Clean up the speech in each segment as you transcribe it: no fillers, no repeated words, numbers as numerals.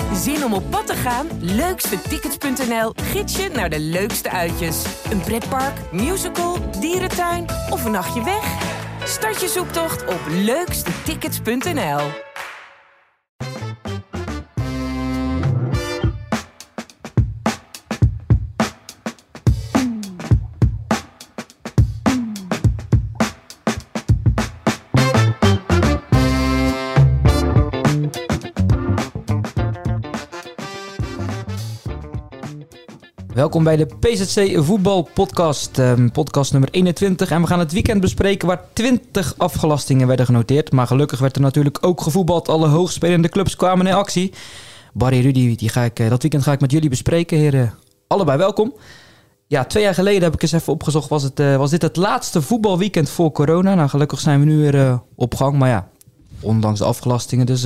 Zin om op pad te gaan? Leukstetickets.nl gids je naar de leukste uitjes. Een pretpark, musical, dierentuin of een nachtje weg? Start je zoektocht op leukstetickets.nl. Welkom bij de PZC Voetbal Podcast, podcast nummer 21. En we gaan het weekend bespreken waar 20 afgelastingen werden genoteerd. Maar gelukkig werd er natuurlijk ook gevoetbald. Alle hoogspelende clubs kwamen in actie. Barry, Rudy, dat weekend ga ik met jullie bespreken, heren. Allebei welkom. Ja, 2 jaar geleden heb ik eens even opgezocht, was dit het laatste voetbalweekend voor corona. Nou, gelukkig zijn we nu weer op gang. Maar ja, ondanks de afgelastingen, dus...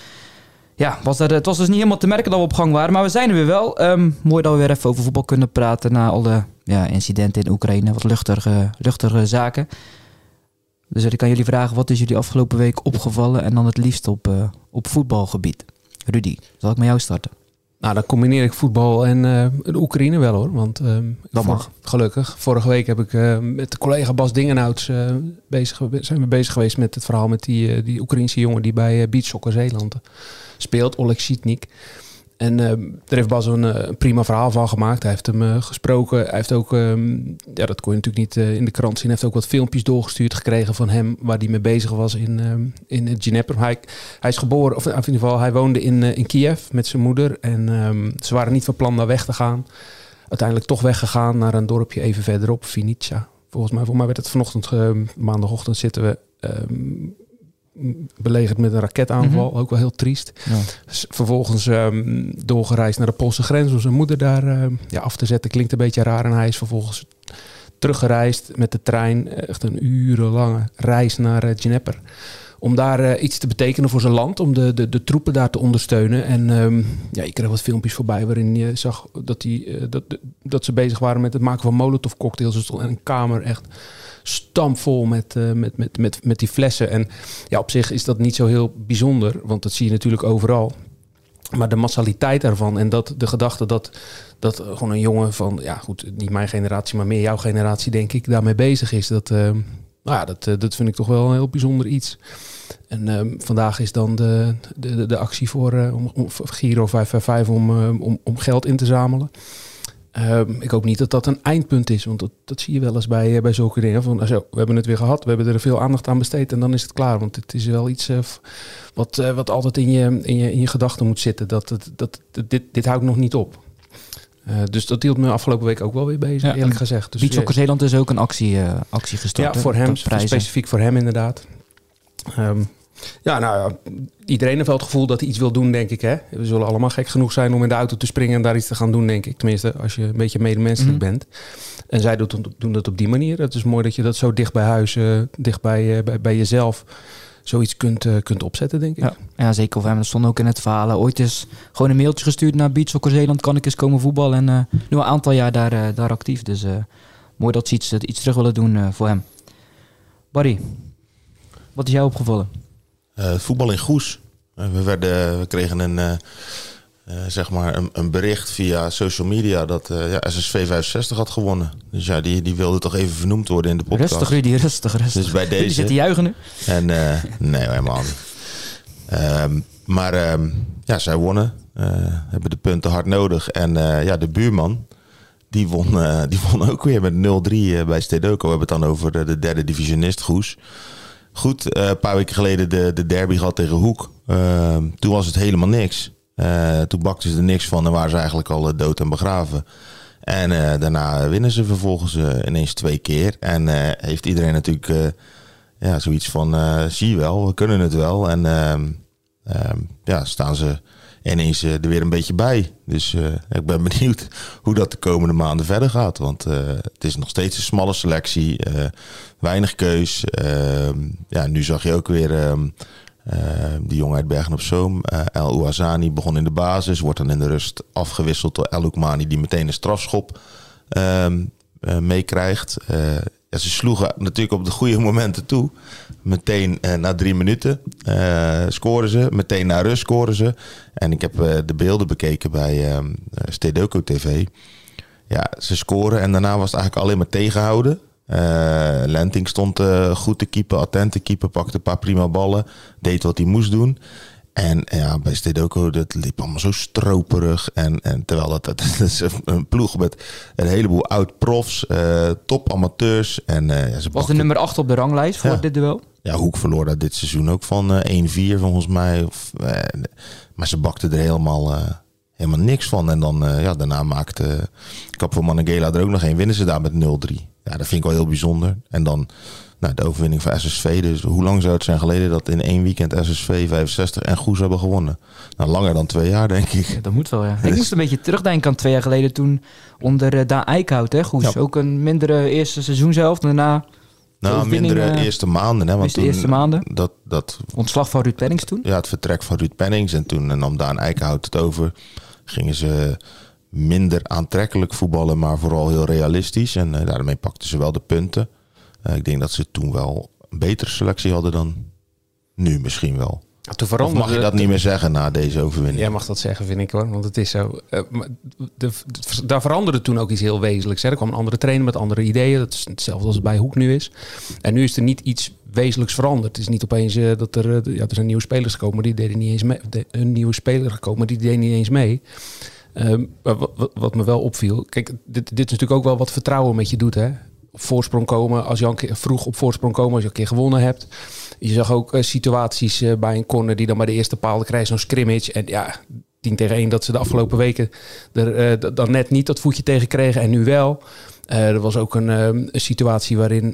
het was dus niet helemaal te merken dat we op gang waren. Maar we zijn er weer wel. Mooi dat we weer even over voetbal kunnen praten na al de incidenten in Oekraïne. Wat luchtige zaken. Dus ik kan jullie vragen, wat is jullie afgelopen week opgevallen? En dan het liefst op voetbalgebied. Rudy, zal ik met jou starten? Nou, dan combineer ik voetbal en de Oekraïne wel hoor. Want dat mag. Gelukkig. Vorige week heb ik met de collega Bas Dingenhouts zijn we bezig geweest met het verhaal met die Oekraïnse jongen die bij Beach Soccer Zeeland speelt, Oleg Sitnik. En daar heeft Bas een prima verhaal van gemaakt. Hij heeft hem gesproken. Hij heeft ook, dat kon je natuurlijk niet in de krant zien. Hij heeft ook wat filmpjes doorgestuurd gekregen van hem waar hij mee bezig was in Dnieper. Hij is geboren, of in ieder geval, hij woonde in Kiev met zijn moeder. En ze waren niet van plan daar weg te gaan. Uiteindelijk toch weggegaan naar een dorpje even verderop, Vinica. Volgens mij werd het vanochtend, maandagochtend zitten we... belegerd met een raketaanval, ook wel heel triest. Ja. Dus vervolgens doorgereisd naar de Poolse grens om zijn moeder daar af te zetten. Klinkt een beetje raar. En hij is vervolgens teruggereisd met de trein. Echt een urenlange reis naar Dnieper. Om daar iets te betekenen voor zijn land. Om de troepen daar te ondersteunen. En ik kreeg wat filmpjes voorbij waarin je zag dat ze bezig waren met het maken van Molotov cocktails. Dus een kamer echt stampvol met die flessen. En ja, op zich is dat niet zo heel bijzonder. Want dat zie je natuurlijk overal. Maar de massaliteit daarvan en de gedachte dat gewoon een jongen van... Ja goed, niet mijn generatie, maar meer jouw generatie denk ik, daarmee bezig is. Dat vind ik toch wel een heel bijzonder iets. En vandaag is dan de actie voor Giro 555 om geld in te zamelen. Ik hoop niet dat dat een eindpunt is, want dat zie je wel eens bij zulke dingen. Van, we hebben het weer gehad, we hebben er veel aandacht aan besteed en dan is het klaar. Want het is wel iets wat altijd in je gedachten moet zitten. Dit houdt nog niet op. Dus dat hield me afgelopen week ook wel weer bezig, eerlijk gezegd. Dus, Beach Soccer Zeeland is ook een actie gestart. Ja, voor hem, specifiek voor hem inderdaad. Iedereen heeft wel het gevoel dat hij iets wil doen, denk ik. Hè? We zullen allemaal gek genoeg zijn om in de auto te springen en daar iets te gaan doen, denk ik. Tenminste, als je een beetje medemenselijk bent. En zij doen dat op die manier. Het is mooi dat je dat zo dicht bij huis, dicht bij jezelf, zoiets kunt opzetten, denk ik. Ja, zeker. We stonden ook in het verhaal. Ooit is gewoon een mailtje gestuurd naar Beach Soccer Zeeland. Kan ik eens komen voetballen? En nu al een aantal jaar daar actief. Dus mooi dat ze iets terug willen doen voor hem. Barry, wat is jou opgevallen? Voetbal in Goes. We kregen een bericht via social media dat SSV 65 had gewonnen. Dus ja, die wilde toch even vernoemd worden in de podcast. Rustig, Rudy, rustig. Dus bij deze... Die zit te juichen nu. En nee, helemaal niet. Zij wonnen. Hebben de punten hard nodig. En de buurman, die won ook weer met 0-3 bij Stedoco. We hebben het dan over de derde divisionist Goes. Goed, een paar weken geleden de derby gehad tegen Hoek. Toen was het helemaal niks. Toen bakten ze er niks van en waren ze eigenlijk al dood en begraven. En daarna winnen ze vervolgens ineens 2 keer. En heeft iedereen natuurlijk zoiets van, zie je wel, we kunnen het wel. En staan ze ineens er weer een beetje bij. Dus ik ben benieuwd hoe dat de komende maanden verder gaat. Want het is nog steeds een smalle selectie. Weinig keus. Nu zag je ook weer die jongen uit Bergen op Zoom. El Ouazani begon in de basis. Wordt dan in de rust afgewisseld door El Oukmani, die meteen een strafschop meekrijgt. ze sloegen natuurlijk op de goede momenten toe. Meteen na 3 minuten scoren ze. Meteen na rust scoren ze. En ik heb de beelden bekeken bij Stedoco TV. Ja, ze scoren en daarna was het eigenlijk alleen maar tegenhouden. Lenting stond goed te keeper, attent te keeper, pakte een paar prima ballen. Deed wat hij moest doen. En ja, bij Stedoco, dat liep allemaal zo stroperig. En terwijl dat is een ploeg met een heleboel oud-profs, top amateurs. En, was de nummer 8 op de ranglijst voor dit duel? Ja, Hoek verloor dat dit seizoen ook van 1-4 volgens mij. Maar ze bakten er helemaal niks van. En dan daarna maakte Capo Manegela er ook nog een. Winnen ze daar met 0-3. Ja, dat vind ik wel heel bijzonder. En dan de overwinning van SSV. Dus hoe lang zou het zijn geleden dat in 1 weekend SSV 65 en Goes hebben gewonnen? Nou, langer dan 2 jaar, denk ik. Ja, dat moet wel, ja. Ik moest een beetje terugdenken aan 2 jaar geleden toen onder Daan Eickhout, hè, Goes. Ja. Ook een mindere eerste seizoen zelf. Daarna mindere eerste maanden. Hè, want de eerste maanden. Dat ontslag van Ruud Pennings toen? Ja, het vertrek van Ruud Pennings. En toen nam Daan Eickhout het over. Gingen ze minder aantrekkelijk voetballen, maar vooral heel realistisch. En daarmee pakten ze wel de punten. Ik denk dat ze toen wel een betere selectie hadden dan nu misschien wel. Ja, of mag je dat niet meer zeggen na deze overwinning? Jij mag dat zeggen, vind ik hoor. Want het is zo. Daar veranderde toen ook iets heel wezenlijks. Hè. Er kwam een andere trainer met andere ideeën. Dat is hetzelfde als het bij Hoek nu is. En nu is er niet iets wezenlijks veranderd. Het is niet opeens dat er zijn nieuwe spelers gekomen, maar die deden niet eens mee. Een nieuwe speler gekomen, maar die deden niet eens mee. Wat me wel opviel. Kijk, dit is natuurlijk ook wel wat vertrouwen met je doet, hè. Op voorsprong komen, als je al een keer vroeg op voorsprong komen, als je een keer gewonnen hebt. Je zag ook situaties bij een corner die dan bij de eerste paal krijgt, zo'n scrimmage. En ja, 10-1 dat ze de afgelopen weken er dan net niet dat voetje tegen kregen en nu wel. Er was ook een situatie waarin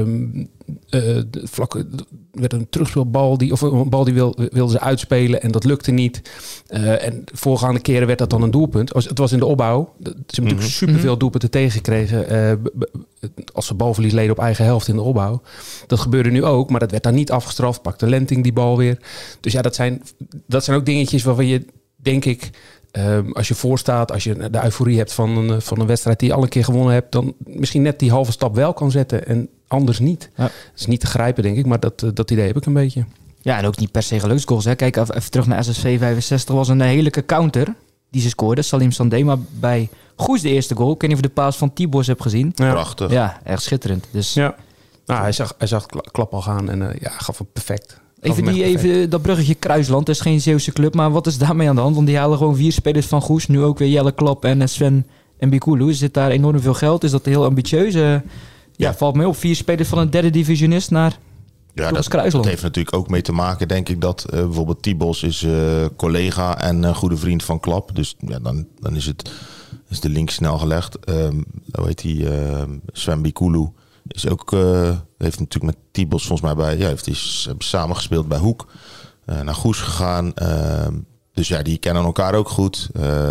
werd een terugspeelbal een bal die wilden ze uitspelen en dat lukte niet. En de voorgaande keren werd dat dan een doelpunt. Het was in de opbouw. Ze hebben natuurlijk superveel doelpunten tegengekregen als ze balverlies leden op eigen helft in de opbouw. Dat gebeurde nu ook, maar dat werd dan niet afgestraft. Pakte Lenting die bal weer. Dus ja, dat zijn ook dingetjes waarvan je, denk ik, als je voorstaat, als je de euforie hebt van een wedstrijd die je al een keer gewonnen hebt, dan misschien net die halve stap wel kan zetten en anders niet. Ja. Dat is niet te grijpen, denk ik, maar dat idee heb ik een beetje. Ja, en ook niet per se geluksgoals. Hè. Kijk, even terug naar SSV 65 was een heerlijke counter die ze scoorden. Salim Sandema bij Goes de eerste goal. Ik weet niet of je de paas van Tibos hebt gezien. Ja. Prachtig. Ja, echt schitterend. Dus ja. Nou, hij zag klap al gaan en gaf hem perfect. Even dat bruggetje Kruisland, dat is geen Zeeuwse club, maar wat is daarmee aan de hand? Want die halen gewoon 4 spelers van Goes, nu ook weer Jelle Klap en Sven Mbikulu. Zit daar enorm veel geld? Is dat heel ambitieus? Valt mij op, 4 spelers van een derde divisionist naar Kruisland. Dat heeft natuurlijk ook mee te maken, denk ik, dat bijvoorbeeld Tibos is collega en goede vriend van Klap. Dus ja, dan is de link snel gelegd. Hoe heet die? Sven Mbikulu is ook, heeft natuurlijk met Tibos volgens mij hebben samengespeeld bij Hoek. Naar Goes gegaan. Dus ja, die kennen elkaar ook goed.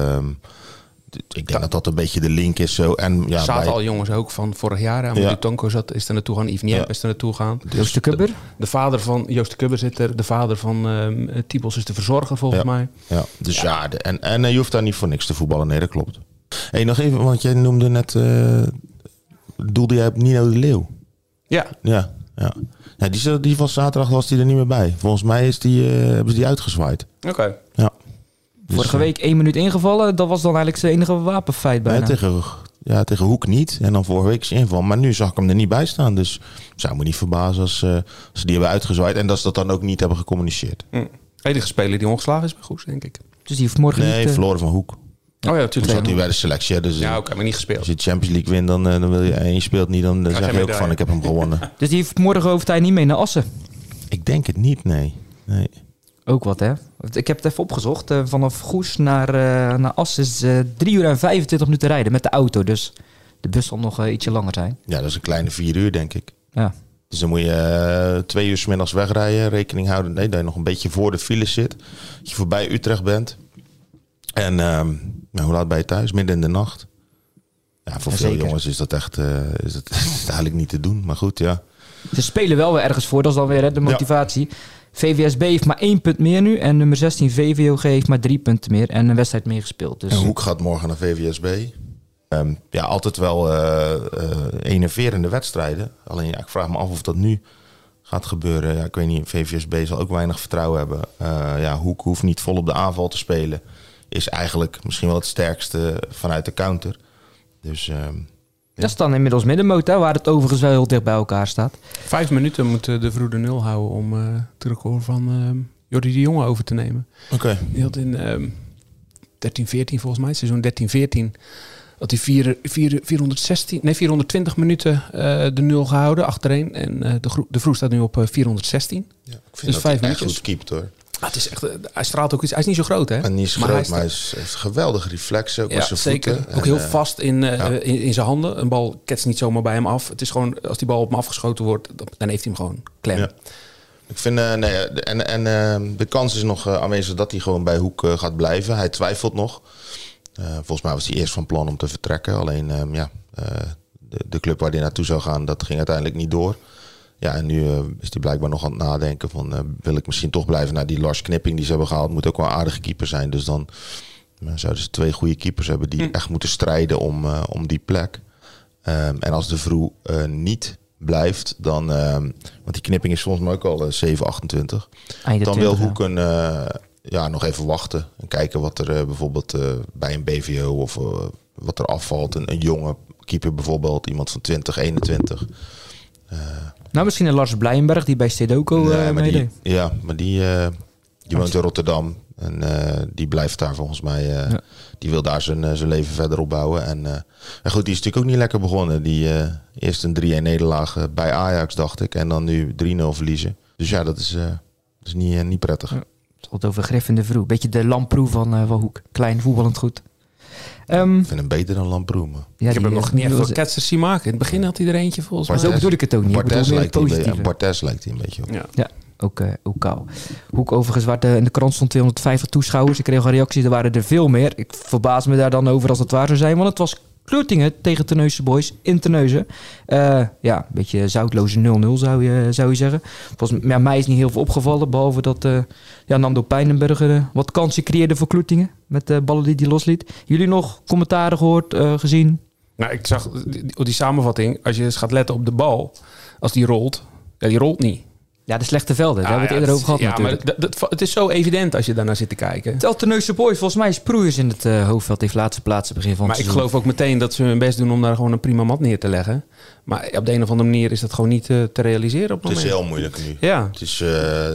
Ik denk dat een beetje de link is zo. En ja, zaten al jongens ook van vorig jaar. Amadou Tonko is er naartoe gaan. Yves Niep is er naartoe gaan. Joost de Kubber? De vader van Joost de Kubber zit er. De vader van Tibos is de verzorger volgens mij. Ja, dus en je hoeft daar niet voor niks te voetballen. Nee, dat klopt. Hey, nog even, want jij noemde net, doelde jij op Nino de Leeuw? Ja. Ja, die was zaterdag was die er niet meer bij. Volgens mij hebben ze die uitgezwaaid. Oké. Ja. Vorige week 1 minuut ingevallen. Dat was dan eigenlijk zijn enige wapenfeit bijna. Tegen Hoek niet. En dan vorige week is hij ingevallen. Maar nu zag ik hem er niet bij staan. Dus het zou me niet verbazen als ze die hebben uitgezwaaid. En dat ze dat dan ook niet hebben gecommuniceerd. Enige speler die ongeslagen is bij Goes, denk ik. Dus die heeft morgen niet... Nee, verloren van Hoek. Oh ja, natuurlijk. Zat hij bij de selectie. Dus, maar niet gespeeld. Als je de Champions League wint, dan wil je... En je speelt niet, dan zeg je ook van, ik heb hem gewonnen. Dus die heeft morgen overtijd niet mee naar Assen? Ik denk het niet, nee. Ook wat, hè? Ik heb het even opgezocht. Vanaf Goes naar Assen is 3 uur en 25 minuten rijden met de auto. Dus de bus zal nog ietsje langer zijn. Ja, dat is een kleine 4 uur, denk ik. Ja. Dus dan moet je 2 uur 's middags wegrijden. Rekening houden dat je nog een beetje voor de file zit. Dat je voorbij Utrecht bent. En hoe laat ben je thuis? Midden in de nacht. Ja, voor veel jongens is dat echt is het eigenlijk niet te doen. Maar goed, ja. Ze spelen wel weer ergens voor. Dat is dan weer de motivatie. Ja. VVSB heeft maar 1 punt meer nu. En nummer 16 VVOG heeft maar 3 punten meer. En een wedstrijd meer gespeeld. Dus. En Hoek gaat morgen naar VVSB. Altijd wel enerverende wedstrijden. Alleen ik vraag me af of dat nu gaat gebeuren. Ja, ik weet niet, VVSB zal ook weinig vertrouwen hebben. Hoek hoeft niet vol op de aanval te spelen. Is eigenlijk misschien wel het sterkste vanuit de counter. Dus... Dat is dan inmiddels middenmoot, hè, waar het overigens wel heel dicht bij elkaar staat. 5 minuten moet de Vroede 0 houden om het record van Jordi de Jonge over te nemen. Oké. Die had in 13-14 volgens mij, seizoen 13-14... had hij 420 minuten de 0 gehouden achtereen. En de Vroeg staat nu op 416. Ja, ik vind dus dat 5 hij echt minuutjes. goed keept, hoor. Het is echt, hij straalt ook iets. Hij is niet zo groot, hè? En niet zo groot, maar hij heeft geweldige reflexen. Ook met zijn zeker. voeten. Ook heel vast in zijn handen. Een bal ketst niet zomaar bij hem af. Het is gewoon, als die bal op hem afgeschoten wordt, dan heeft hij hem gewoon klem. Ja. Ik vind, de kans is nog aanwezig dat hij gewoon bij Hoek gaat blijven. Hij twijfelt nog. Volgens mij was hij eerst van plan om te vertrekken. Alleen de club waar hij naartoe zou gaan, dat ging uiteindelijk niet door. Ja, en nu is hij blijkbaar nog aan het nadenken van... wil ik misschien toch blijven naar die Lars Knipping die ze hebben gehaald. Moet ook wel een aardige keeper zijn. Dus dan zouden ze 2 goede keepers hebben die echt moeten strijden om die plek. En als de Vroeg niet blijft, dan... want die Knipping is volgens mij ook al 7-28. Dan wil Hoek nog even wachten. En kijken wat er bijvoorbeeld bij een BVO of wat er afvalt. Een jonge keeper bijvoorbeeld. Iemand van 20, 21... misschien een Lars Blijenberg die bij Stedoco meedeed. Maar die woont in Rotterdam. En die blijft daar volgens mij. Die wil daar zijn leven verder opbouwen. En goed, die is natuurlijk ook niet lekker begonnen. Die eerst een 3-1 nederlaag bij Ajax, dacht ik. En dan nu 3-0 verliezen. Dus ja, dat is niet prettig. Ja, het wordt over Griff in de Vroeg. Beetje de Lamproe van Hoek. Klein, voetballend goed. Ik vind hem beter dan Lamproe. Ja, ik heb hem nog niet echt veel ketsers zien maken. In het begin had hij er eentje volgens mij. Maar zo bedoel ik het ook niet. Bartes lijkt hij een beetje op. Ja. Ook kaal. Hoek overigens, waar in de krant stond 250 toeschouwers. Ik kreeg al reacties, er waren er veel meer. Ik verbaas me daar dan over als het waar zou zijn. Want het was Kloertingen tegen Terneuzen Boys in Terneuzen. Een beetje zoutloze 0-0 zou je zeggen. Mij is niet heel veel opgevallen. Behalve dat Nando Pijnenberger wat kansen creëerde voor Kloertingen. Met de ballen die hij losliet. Jullie nog commentaren gehoord, gezien? Nou, ik zag die samenvatting. Als je eens gaat letten op de bal. Als die rolt. Ja, die rolt niet. Ja, de slechte velden. Daar hebben we het eerder over gehad natuurlijk. Maar het is zo evident als je daarnaar zit te kijken. Tel Terneuzen Boys, volgens mij is Proeiers in het hoofdveld heeft laatste plaatsen begin van het seizoen. Maar ik geloof ook meteen dat ze hun best doen om daar gewoon een prima mat neer te leggen. Maar op de een of andere manier is dat gewoon niet te realiseren op het moment. Het is heel moeilijk nu. Ja. Het is,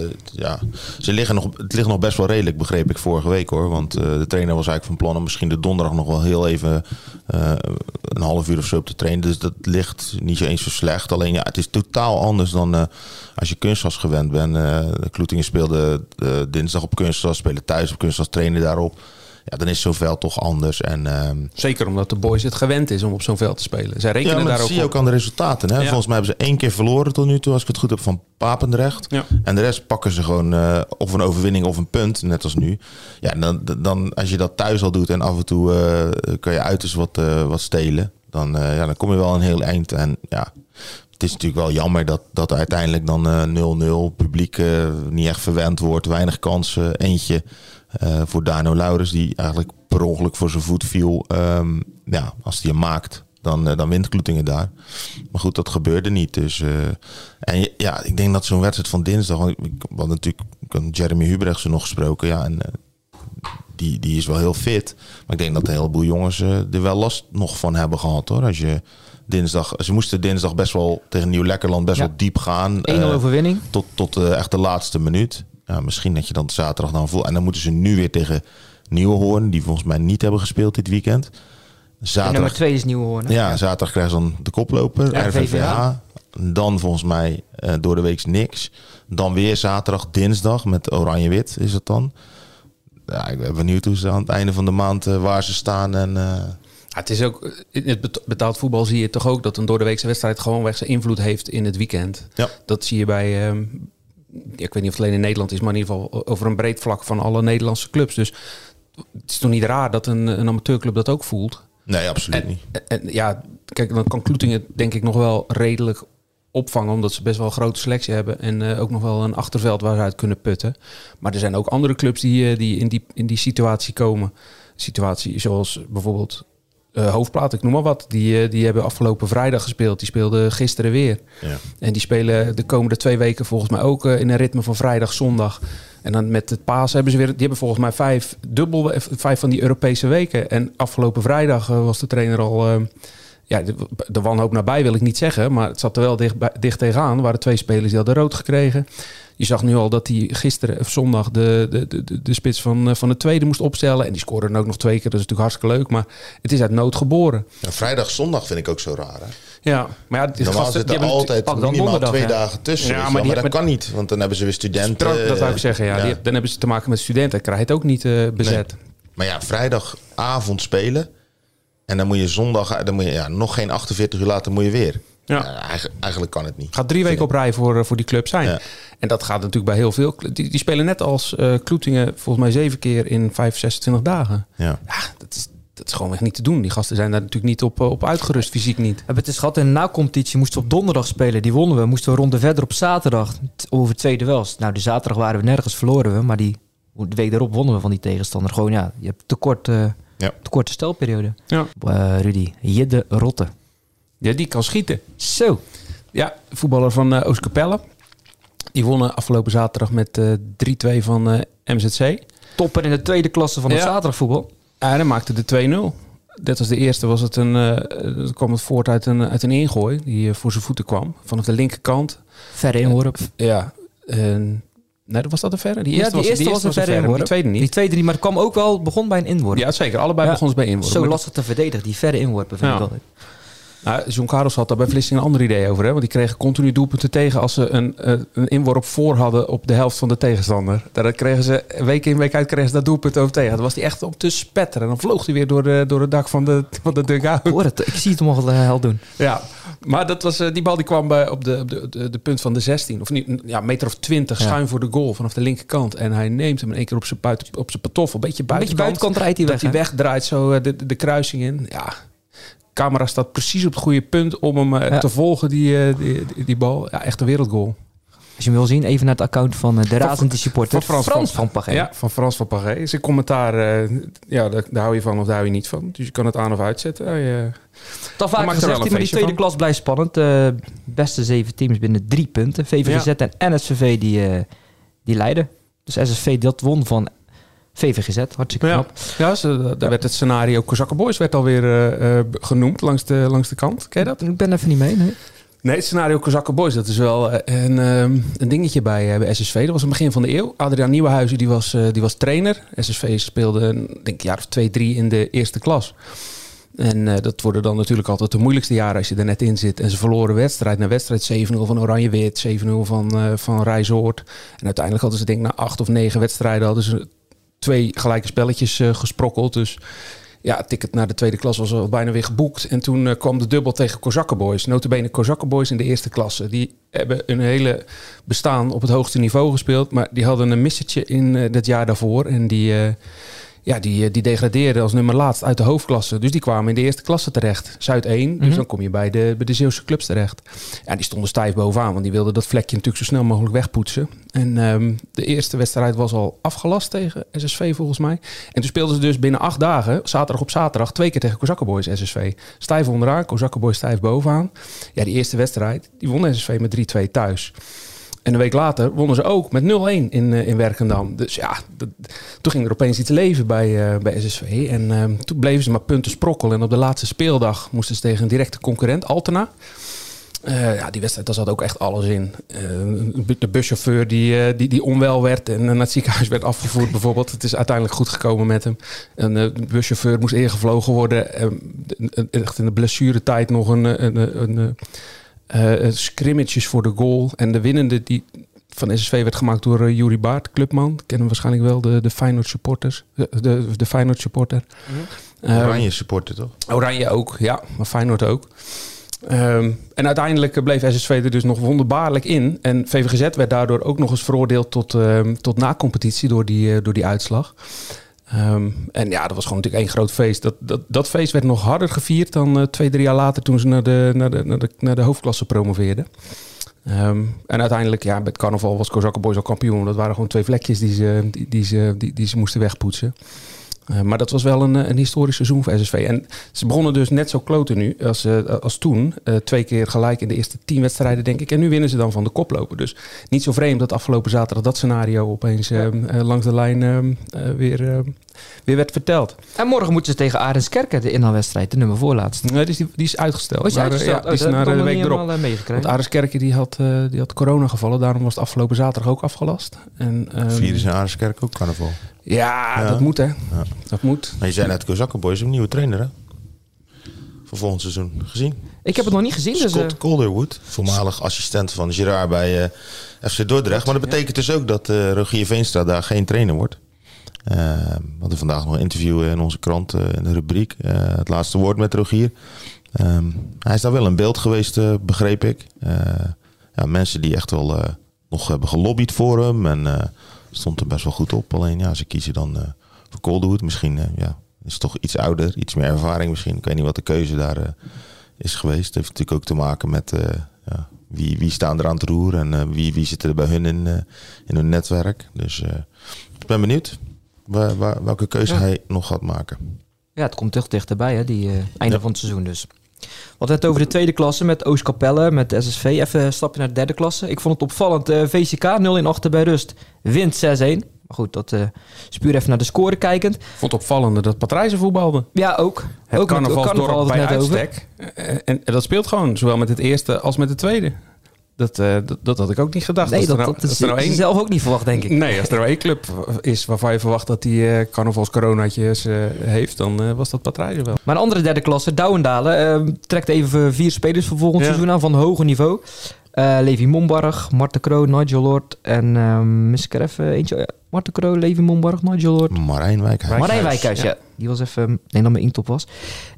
het ligt nog best wel redelijk, begreep ik vorige week, hoor. Want de trainer was eigenlijk van plan om misschien de donderdag nog wel heel even een half uur of zo op te trainen. Dus dat ligt niet eens zo slecht. Alleen het is totaal anders dan als je kunstgras gewend bent. De Kloetingen speelde dinsdag op kunstgras, spelen thuis op kunstgras, trainen daarop. Ja, dan is zo'n veld toch anders. En, zeker omdat de boys het gewend is om op zo'n veld te spelen. Zij rekenen daar ook op. Dat zie je ook aan de resultaten. Hè? Ja. Volgens mij hebben ze 1 keer verloren tot nu toe, als ik het goed heb, van Papendrecht. Ja. En de rest pakken ze gewoon of een overwinning of een punt, net als nu. Ja, dan als je dat thuis al doet en af en toe kan je uit eens wat stelen. Dan kom je wel een heel eind. En ja, het is natuurlijk wel jammer dat uiteindelijk dan 0-0 publiek niet echt verwend wordt. Weinig kansen. Eentje voor Dano Laurens, die eigenlijk per ongeluk voor zijn voet viel. Als hij hem maakt, dan wint Kloetingen daar. Maar goed, dat gebeurde niet. Dus, ik denk dat zo'n wedstrijd van dinsdag... Want ik had natuurlijk Jeremy Hubrechtsen nog gesproken. Ja, en die is wel heel fit. Maar ik denk dat een heleboel jongens er wel last nog van hebben gehad, hoor. Als je ze moesten dinsdag best wel tegen Nieuw-Lekkerland best wel diep gaan. 1-0 overwinning. Tot echt de laatste minuut. Ja, misschien dat je dan zaterdag dan voelt. En dan moeten ze nu weer tegen Nieuwenhoorn, die volgens mij niet hebben gespeeld dit weekend. Zaterdag, nummer 2 is Nieuwenhoorn. Ja, zaterdag krijgen ze dan de koploper, RVVH. Dan volgens mij door de week niks. Dan weer zaterdag, dinsdag met Oranje-Wit is het dan. Ja, ik ben benieuwd hoe ze aan het einde van de maand waar ze staan. En, het is ook, in het betaald voetbal zie je toch ook dat een doordeweekse wedstrijd gewoonweg zijn invloed heeft in het weekend. Ja. Dat zie je bij... ik weet niet of het alleen in Nederland is, maar in ieder geval over een breed vlak van alle Nederlandse clubs. Dus het is toch niet raar dat een amateurclub dat ook voelt? Nee, absoluut niet. En kijk, dan kan Kloetingen denk ik nog wel redelijk opvangen, omdat ze best wel een grote selectie hebben en ook nog wel een achterveld waar ze uit kunnen putten. Maar er zijn ook andere clubs die in die situatie komen. Situatie zoals bijvoorbeeld Hoofdplaat, ik noem maar wat. Die hebben afgelopen vrijdag gespeeld. Die speelden gisteren weer. Ja. En die spelen de komende 2 weken volgens mij ook in een ritme van vrijdag, zondag. En dan met het Pasen hebben ze weer... Die hebben volgens mij 5 van die Europese weken. En afgelopen vrijdag was de trainer al... de wanhoop nabij wil ik niet zeggen. Maar het zat er wel dicht tegenaan. Er waren 2 spelers die hadden rood gekregen. Je zag nu al dat hij gisteren of zondag de spits van de tweede moest opstellen. En die scoorde dan ook nog 2 keer. Dat is natuurlijk hartstikke leuk. Maar het is uit nood geboren. Ja, vrijdag, zondag vind ik ook zo raar. Hè? Ja, maar ja, normaal zitten er altijd minimaal 2 dagen tussen. Ja, maar dat kan niet. Want dan hebben ze weer studenten. Dat zou ik zeggen, ja. Dan hebben ze te maken met studenten. Dan krijg je het ook niet bezet. Nee. Maar ja, vrijdagavond spelen. En dan moet je zondag... Dan moet je, nog geen 48 uur later moet je weer. Ja. Eigenlijk kan het niet. Gaat 3 weken op rij voor die club zijn. Ja. En dat gaat natuurlijk bij heel veel. Die spelen net als Kloetingen volgens mij 7 keer in 26 dagen. Ja, dat is gewoon echt niet te doen. Die gasten zijn daar natuurlijk niet op uitgerust, fysiek niet. We hebben het eens gehad in de na-competitie. Moesten we op donderdag spelen. Die wonnen we. Moesten we een ronde verder op zaterdag. Over tweede wels. Nou, de zaterdag waren we nergens, verloren we. Maar de week daarop wonnen we van die tegenstander. Gewoon je hebt te korte stelperiode. Ja. Rudy, Jidde Rotte. Ja, die kan schieten. Zo. Ja, voetballer van Oostkapelle. Die wonnen afgelopen zaterdag met 3-2 van MZC. Topper in de tweede klasse van het zaterdagvoetbal. Ja, en hij maakte de 2-0. Net als de eerste was het kwam het voort uit een ingooi die voor zijn voeten kwam. Vanaf de linkerkant. Verre inworp. Ja. Nee, was dat een verre? Die eerste was een verre inworp. Die tweede niet. Die tweede niet, maar het kwam ook wel, begon bij een inworp. Ja, zeker. Allebei begonnen ze bij inworp. Zo lastig te verdedigen, die verre inworpen vind ik altijd. Nou, John Carlos had daar bij Vlissingen een ander idee over. Hè? Want die kregen continu doelpunten tegen als ze een inworp voor hadden op de helft van de tegenstander. Daar kregen ze week in week uit kregen ze dat doelpunt over tegen. Dan was hij echt om te spetteren. En dan vloog hij weer door het dak van de dugout. Ik zie het hem al hel doen. Ja, maar dat was, die bal die kwam op de punt van de 16. Of niet, ja, meter of 20 schuin voor de goal vanaf de linkerkant. En hij neemt hem in één keer op zijn patoffel. Een beetje buitenkant rijdt hij weg. Dat hij wegdraait zo de kruising in. Ja. De camera staat precies op het goede punt om hem te volgen, die bal. Ja, echt een wereldgoal. Als je hem wil zien, even naar het account van de razende supporter. Van Frans van Pagé. Ja, van Frans van Pagé. Zijn commentaar, daar hou je van of daar hou je niet van. Dus je kan het aan of uitzetten. Toch vaak gezegd, maar die tweede klas blijft spannend. De beste 7 teams binnen 3 punten. VVGZ en NSVV die leiden. Dus SSV dat won van VVGZ, hartstikke knap. Ja, daar werd het scenario Kozakken Boys werd alweer genoemd langs de kant. Ken je dat? Ik ben even niet mee, Nee, het scenario Kozakken Boys, dat is wel een dingetje bij SSV. Dat was het begin van de eeuw. Adriaan Nieuwenhuizen, die was trainer. SSV speelde, denk ik, een jaar of 2, 3 in de eerste klas. En dat worden dan natuurlijk altijd de moeilijkste jaren als je er net in zit. En ze verloren wedstrijd na wedstrijd. 7-0 van Oranje-Wit, 7-0 van Rijzoord. En uiteindelijk hadden ze, denk ik, na 8 of 9 wedstrijden hadden ze 2 gelijke spelletjes gesprokkeld. Dus ja, het ticket naar de tweede klas was al bijna weer geboekt. En toen kwam de dubbel tegen Kozakken Boys. Notabene Kozakken Boys in de eerste klasse. Die hebben een hele bestaan op het hoogste niveau gespeeld. Maar die hadden een missertje in het jaar daarvoor. En die degradeerden als nummer laatst uit de hoofdklasse. Dus die kwamen in de eerste klasse terecht. Zuid 1. Dus dan kom je bij de Zeeuwse clubs terecht. Ja, die stonden stijf bovenaan. Want die wilden dat vlekje natuurlijk zo snel mogelijk wegpoetsen. En de eerste wedstrijd was al afgelast tegen SSV volgens mij. En toen speelden ze dus binnen 8 dagen, zaterdag op zaterdag, 2 keer tegen Kozakken Boys SSV. Stijf onderaan, Kozakken Boys stijf bovenaan. Ja, die eerste wedstrijd, die won SSV met 3-2 thuis. En een week later wonnen ze ook met 0-1 in Werkendam. Dus ja, toen ging er opeens iets leven bij SSV. En toen bleven ze maar punten sprokkelen. En op de laatste speeldag moesten ze tegen een directe concurrent, Altena. Die wedstrijd, daar zat ook echt alles in. De buschauffeur die onwel werd en naar het ziekenhuis werd afgevoerd bijvoorbeeld. Het is uiteindelijk goed gekomen met hem. En de buschauffeur moest ingevlogen worden. Echt in de blessuretijd nog scrimmages voor de goal. En de winnende die van SSV werd gemaakt door Juri Baart, clubman. Kennen we waarschijnlijk wel, de Feyenoord supporters. De Feyenoord supporter. Oranje supporter toch? Oranje ook, ja. Maar Feyenoord ook. En uiteindelijk bleef SSV er dus nog wonderbaarlijk in. En VVGZ werd daardoor ook nog eens veroordeeld tot na-competitie door die uitslag. En ja, dat was gewoon natuurlijk één groot feest. Dat feest werd nog harder gevierd dan 2-3 jaar later toen ze naar de hoofdklasse promoveerden. En uiteindelijk, ja, met carnaval was Kozakken Boys al kampioen. Dat waren gewoon 2 vlekjes die ze moesten wegpoetsen. Maar dat was wel een historisch seizoen voor SSV. En ze begonnen dus net zo kloten nu als toen. 2 keer gelijk in de eerste 10 wedstrijden, denk ik. En nu winnen ze dan van de koploper. Dus niet zo vreemd dat afgelopen zaterdag dat scenario opeens langs de lijn weer werd verteld. En morgen moeten ze tegen Arendskerken, de inhaalwedstrijd, de nummer voorlaatst. Nee, die is uitgesteld. Die is naar de week erop. Want Arendskerken die had corona gevallen. Daarom was het afgelopen zaterdag ook afgelast. Vieren ze in Arendskerken ook carnaval? Ja, dat moet hè. Ja. Dat moet. Maar je zei net, Kozakkenboys is een nieuwe trainer hè? Voor volgend seizoen. Gezien? Ik heb het nog niet gezien. Scott Calderwood, voormalig assistent van Gerard bij FC Dordrecht. Maar dat betekent dus ook dat Rogier Veenstra daar geen trainer wordt. We hadden vandaag nog een interview in onze krant in de rubriek. Het laatste woord met Rogier. Hij is daar wel in beeld geweest, begreep ik. Mensen die echt wel nog hebben gelobbyd voor hem. En stond er best wel goed op. Alleen ze kiezen dan voor Calderwood. Misschien is toch iets ouder, iets meer ervaring misschien. Ik weet niet wat de keuze daar is geweest. Het heeft natuurlijk ook te maken met wie staan er aan het roer. En wie zit er bij hun in hun netwerk. Dus ik ben benieuwd welke keuze hij nog gaat maken. Ja, het komt toch dichterbij, hè, die einde van het seizoen dus. We hadden het over de tweede klasse met Oostkapelle, met de SSV. Even een stapje naar de derde klasse. Ik vond het opvallend. VCK 0-1 achter bij rust. Wint 6-1. Maar goed, dat spuur even naar de score kijkend. Ik vond het opvallende dat Patrijzen voetbalde. Ja, ook. Het carnavalsdorp bij uitstek. En dat speelt gewoon, zowel met het eerste als met het tweede. Dat had ik ook niet gedacht. Nee, dat is zelf ook niet verwacht, denk ik. Nee, als er nou 1 club is waarvan je verwacht dat die carnavalscoronaatjes heeft, dan was dat Patrijzen wel. Maar een andere derde klasse, Douwendalen, trekt even 4 spelers voor volgend seizoen aan van hoger niveau. Levi Mombarg, Marten Kroo, Nigel Lord en mis ik er even eentje. Marten Kroo, Levi Mombarg, Nigel Lord. Marijn Wijkhuis, ja. Die was even, nee, dat mijn inktop was.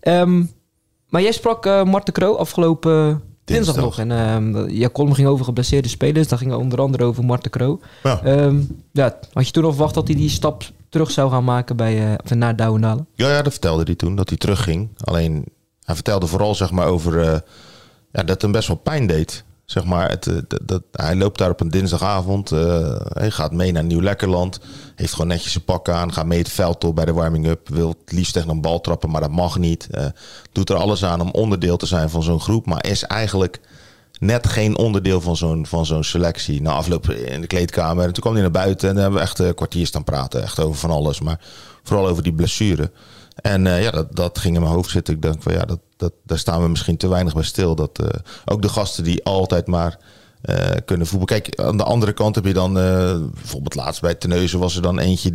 Maar jij sprak Marten Kroo afgelopen dinsdag nog. En je column ging over geblesseerde spelers. Daar ging onder andere over Marten Kroo. Ja. Had je toen al verwacht dat hij die stap terug zou gaan maken naar Douwendalen? Ja, dat vertelde hij toen, dat hij terugging. Alleen, hij vertelde vooral zeg maar over dat het hem best wel pijn deed. Zeg maar, hij loopt daar op een dinsdagavond. Hij gaat mee naar Nieuw-Lekkerland. Heeft gewoon netjes zijn pak aan. Gaat mee het veld op bij de warming-up. Wil het liefst tegen een bal trappen, maar dat mag niet. Doet er alles aan om onderdeel te zijn van zo'n groep. Maar is eigenlijk net geen onderdeel van zo'n selectie. Na afloop in de kleedkamer. En toen kwam hij naar buiten. En dan hebben we echt een kwartier staan praten. Echt over van alles. Maar vooral over die blessure. En dat ging in mijn hoofd zitten. Ik dacht van daar staan we misschien te weinig bij stil. Dat ook de gasten die altijd maar kunnen voetballen. Kijk, aan de andere kant heb je dan bijvoorbeeld laatst bij Terneuzen was er dan eentje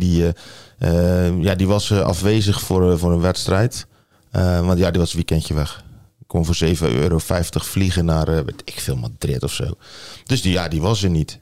die was afwezig voor een wedstrijd. Want die was een weekendje weg. Kon voor €7,50 vliegen naar weet ik veel, Madrid of zo. Dus die was er niet.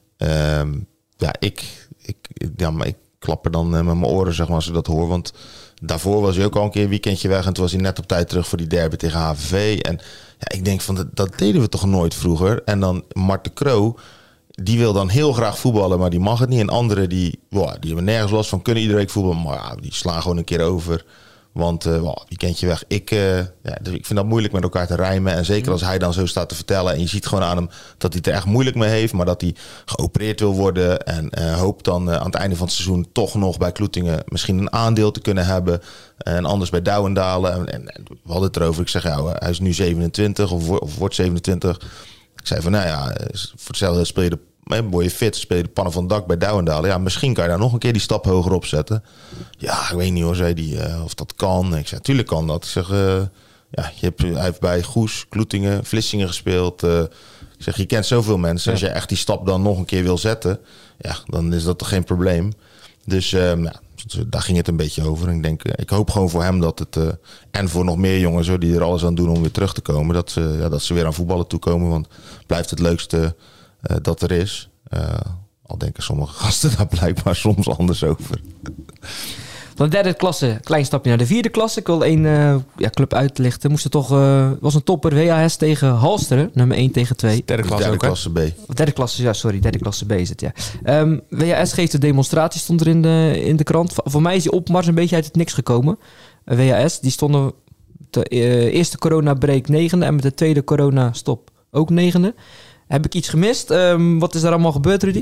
Maar ik klap er dan met mijn oren zeg maar als ik dat hoor. Want daarvoor was hij ook al een keer een weekendje weg. En toen was hij net op tijd terug voor die derby tegen HVV. En ik denk van, dat deden we toch nooit vroeger. En dan Marten Kroo, die wil dan heel graag voetballen, maar die mag het niet. En anderen die hebben nergens last van, kunnen iedere week voetballen. Maar die slaan gewoon een keer over. Want weekendje weg. Ik vind dat moeilijk met elkaar te rijmen. En zeker als hij dan zo staat te vertellen. En je ziet gewoon aan hem dat hij het er echt moeilijk mee heeft. Maar dat hij geopereerd wil worden. En hoopt dan aan het einde van het seizoen toch nog bij Kloetingen misschien een aandeel te kunnen hebben. En anders bij Douwendalen. En we hadden het erover. Ik zeg, hij is nu 27 of wordt 27. Ik zei van, voor hetzelfde speel je word je fit, speel je de pannen van het dak bij Douwendalen. Ja, misschien kan je daar nog een keer die stap hoger op zetten. Ja, ik weet niet hoor, zei hij, of dat kan. Ik zei, tuurlijk kan dat. Ik zeg, hij heeft bij Goes, Kloetingen, Vlissingen gespeeld. Ik zeg, je kent zoveel mensen. Als je echt die stap dan nog een keer wil zetten, dan is dat toch geen probleem. Dus daar ging het een beetje over. Ik hoop gewoon voor hem dat het, en voor nog meer jongens hoor, die er alles aan doen om weer terug te komen, dat ze weer aan voetballen toekomen. Want het blijft het leukste dat er is. Al denken sommige gasten daar blijkbaar soms anders over. Van de derde klasse, klein stapje naar de vierde klasse. Ik wil één club uitlichten. Was een topper, WHS tegen Halsteren. Nummer 1 tegen 2. Derde klasse B. Derde klasse B is het, ja. WHS geeft de demonstratie, stond er in de krant. Voor mij is die opmars een beetje uit het niks gekomen. WHS, die stonden de eerste corona-break 9e en met de tweede corona-stop ook 9e. Heb ik iets gemist? Wat is er allemaal gebeurd, Rudy?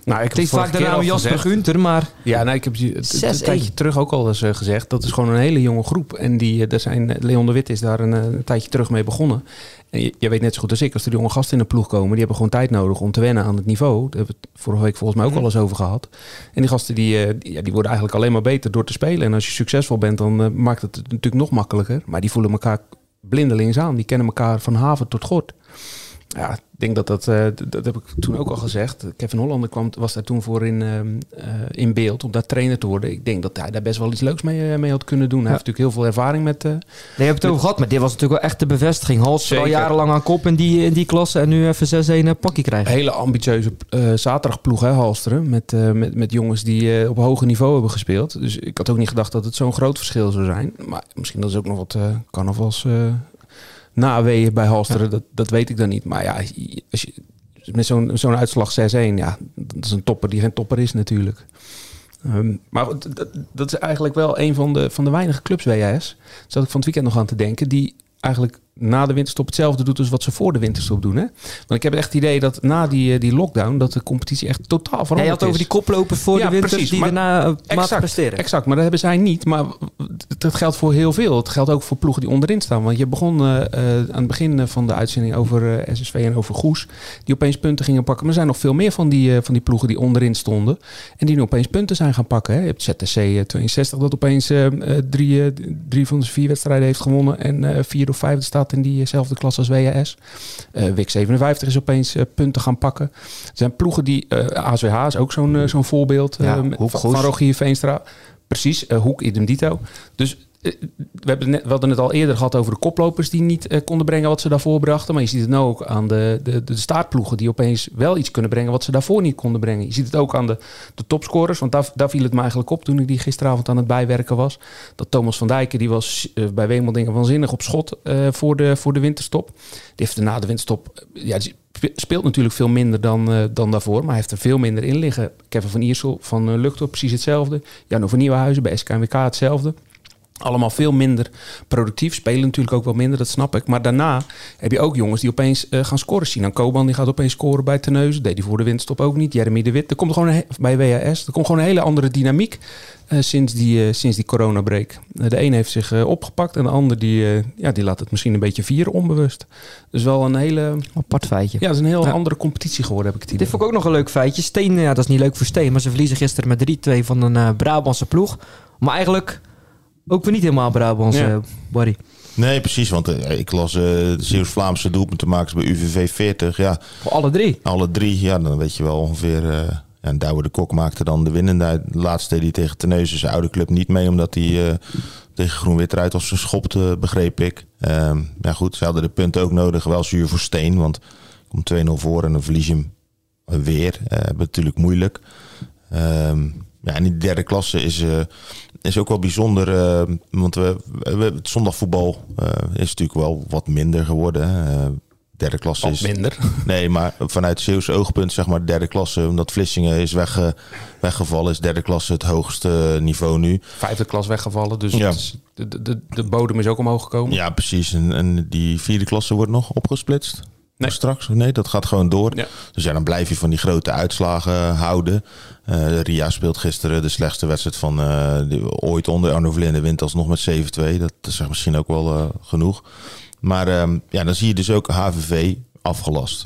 Nou, Het is vaak de naam Jasper Gunther, maar... Ja, ik heb een tijdje terug ook al eens gezegd. Dat is gewoon een hele jonge groep. En Leon de Wit is daar een tijdje terug mee begonnen. En je weet net zo goed als ik, als er jonge gasten in de ploeg komen, die hebben gewoon tijd nodig om te wennen aan het niveau. Daar hebben we het vorige week volgens mij ook al eens over gehad. En die gasten die worden eigenlijk alleen maar beter door te spelen. En als je succesvol bent, dan maakt het natuurlijk nog makkelijker. Maar die voelen elkaar blindelings aan. Die kennen elkaar van haven tot gort. Ja, ik denk dat heb ik toen ook al gezegd. Kevin Hollander was daar toen voor in beeld om daar trainer te worden. Ik denk dat hij daar best wel iets leuks mee had kunnen doen. Hij heeft natuurlijk heel veel ervaring met... je hebt het over gehad, maar dit was natuurlijk wel echt de bevestiging. Hals al jarenlang aan kop in die klasse en nu even 6-1 pakje krijgen. Hele ambitieuze zaterdagploeg, hè, Halsteren. Met jongens die op hoger niveau hebben gespeeld. Dus ik had ook niet gedacht dat het zo'n groot verschil zou zijn. Maar misschien dat is ook nog wat carnavals... naweeën bij Halsteren, dat weet ik dan niet. Maar ja, als je, met zo'n uitslag 6-1, ja, dat is een topper die geen topper is natuurlijk. Maar dat is eigenlijk wel een van de weinige clubs, WHS. Zat ik van het weekend nog aan te denken, die eigenlijk na de winterstop hetzelfde doet als wat ze voor de winterstop doen. Hè? Want ik heb echt het idee dat na die lockdown dat de competitie echt totaal veranderd is. Je had over die koplopers voor de winter die daarna matig presteren. Exact, maar dat hebben zij niet. Maar dat geldt voor heel veel. Het geldt ook voor ploegen die onderin staan. Want je begon aan het begin van de uitzending over SSV en over Goes, die opeens punten gingen pakken. Maar er zijn nog veel meer van die ploegen die onderin stonden en die nu opeens punten zijn gaan pakken. Hè? Je hebt ZTC 62 dat opeens 3 van de 4 wedstrijden heeft gewonnen en 4 of 5 staat in diezelfde klas als WHS. WIC 57 is opeens punten gaan pakken. Er zijn ploegen die... ASWH is ook zo'n voorbeeld van Rogier Veenstra. Precies, Hoek, idem dito. Dus we hadden het al eerder gehad over de koplopers die niet konden brengen wat ze daarvoor brachten. Maar je ziet het nu ook aan de staartploegen die opeens wel iets kunnen brengen wat ze daarvoor niet konden brengen. Je ziet het ook aan de topscorers. Want daar viel het me eigenlijk op toen ik die gisteravond aan het bijwerken was. Dat Thomas van Dijken, die was bij Wemeldingen waanzinnig op schot voor de winterstop. Die heeft na de winterstop... speelt natuurlijk veel minder dan daarvoor, maar hij heeft er veel minder in liggen. Kevin van Iersel van Luchtop, precies hetzelfde. Jano van Nieuwenhuizen bij SKNWK hetzelfde. Allemaal veel minder productief. Spelen natuurlijk ook wel minder, dat snap ik. Maar daarna heb je ook jongens die opeens gaan scoren. Sinan Koban die gaat opeens scoren bij Terneuzen. Deed hij voor de winterstop ook niet. Jeremy de Wit. Er komt gewoon bij WHS. Er komt gewoon een hele andere dynamiek sinds die coronabreak. De een heeft zich opgepakt en de ander die laat het misschien een beetje vieren onbewust. Dus wel een hele... apart feitje. Ja, het is een heel andere competitie geworden, heb ik het idee. Dit vond ik ook nog een leuk feitje. Steen, dat is niet leuk voor Steen, maar ze verliezen gisteren met 3-2 van een Brabantse ploeg. Maar eigenlijk... ook weer niet helemaal Brabants, Barry. Nee, precies. Want ik las de Zeeuws-Vlaamse doelpuntenmakers bij UVV 40. Ja. Voor alle drie? Alle drie, ja. Dan weet je wel ongeveer... en Douwe de Kok maakte dan de winnende. De laatste die tegen Terneuzen, zijn oude club, niet mee. Omdat hij tegen Groen-Wit eruit was geschopte, begreep ik. Ja goed, ze hadden de punten ook nodig. Wel zuur voor Steen, want komt 2-0 voor en dan verlies je hem weer. Natuurlijk moeilijk. Ja, en die derde klasse is ook wel bijzonder. Want het zondagvoetbal is natuurlijk wel wat minder geworden. Derde klasse wat is minder. Nee, maar vanuit Zeeuwse oogpunt, zeg maar, derde klasse, omdat Vlissingen is weggevallen, is derde klasse het hoogste niveau nu. Vijfde klas weggevallen, dus ja. De bodem is ook omhoog gekomen. Ja, precies. En die vierde klasse wordt nog opgesplitst. Nee. Straks? Nee, dat gaat gewoon door. Ja. Dus ja, dan blijf je van die grote uitslagen houden. Ria speelt gisteren de slechtste wedstrijd van ooit onder. Arno Vlinde wint alsnog met 7-2. Dat is misschien ook wel genoeg. Maar ja, dan zie je dus ook HVV afgelast.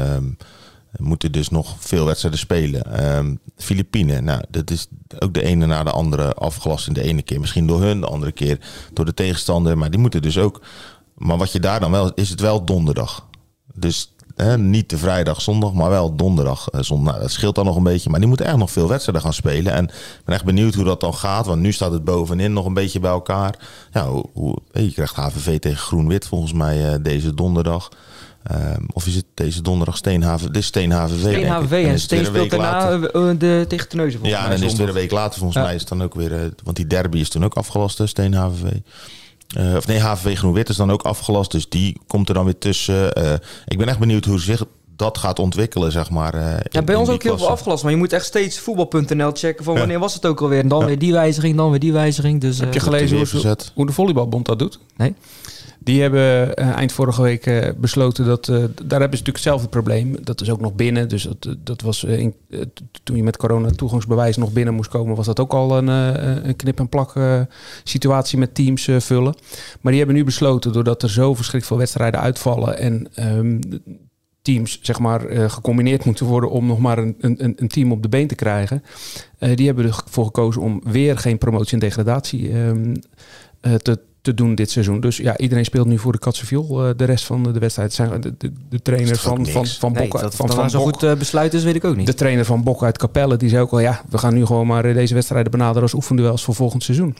Moeten dus nog veel wedstrijden spelen. Filipijnen, nou, dat is ook de ene na de andere afgelast in de ene keer. Misschien door hun, de andere keer door de tegenstander. Maar die moeten dus ook... Maar wat je daar dan wel... Is het wel donderdag. Dus niet de vrijdag, zondag, maar wel donderdag, zondag. Nou, dat scheelt dan nog een beetje. Maar die moeten echt nog veel wedstrijden gaan spelen. En ik ben echt benieuwd hoe dat dan gaat. Want nu staat het bovenin nog een beetje bij elkaar. Ja, je krijgt HVV tegen Groen-Wit volgens mij deze donderdag. Of is het deze donderdag Steen-HVV? Dit is Steen-HVV. Steen-HVV en Steen speelt daarna tegen Terneuzen. Ja, en dan is het weer een week later volgens mij. Is het dan ook weer, want die derby is toen ook afgelast, Steen-HVV. Of nee, HVV Groen-Wit is dan ook afgelast. Dus die komt er dan weer tussen. Ik ben echt benieuwd hoe zich dat gaat ontwikkelen, zeg maar. Ja, bij ons ook heel veel afgelast. Maar je moet echt steeds voetbal.nl checken van wanneer was het ook alweer. En dan weer die wijziging, dan weer die wijziging. Dus, heb je gelezen hoe de volleybalbond dat doet? Nee. Die hebben eind vorige week besloten dat... daar hebben ze natuurlijk hetzelfde probleem. Dat is ook nog binnen. Dus dat was toen je met corona toegangsbewijs nog binnen moest komen... was dat ook al een knip-en-plak situatie met teams vullen. Maar die hebben nu besloten, doordat er zo verschrikkelijk veel wedstrijden uitvallen... en teams zeg maar gecombineerd moeten worden om nog maar een team op de been te krijgen. Die hebben ervoor gekozen om weer geen promotie en degradatie te doen dit seizoen. Dus ja, iedereen speelt nu voor de katse viool de rest van de wedstrijd. Zijn de trainer van Bok... Dat zo'n goed besluit is, weet ik ook niet. De trainer van Bok uit Capelle, die zei ook al... ja, we gaan nu gewoon maar deze wedstrijden benaderen als oefenduels voor volgend seizoen.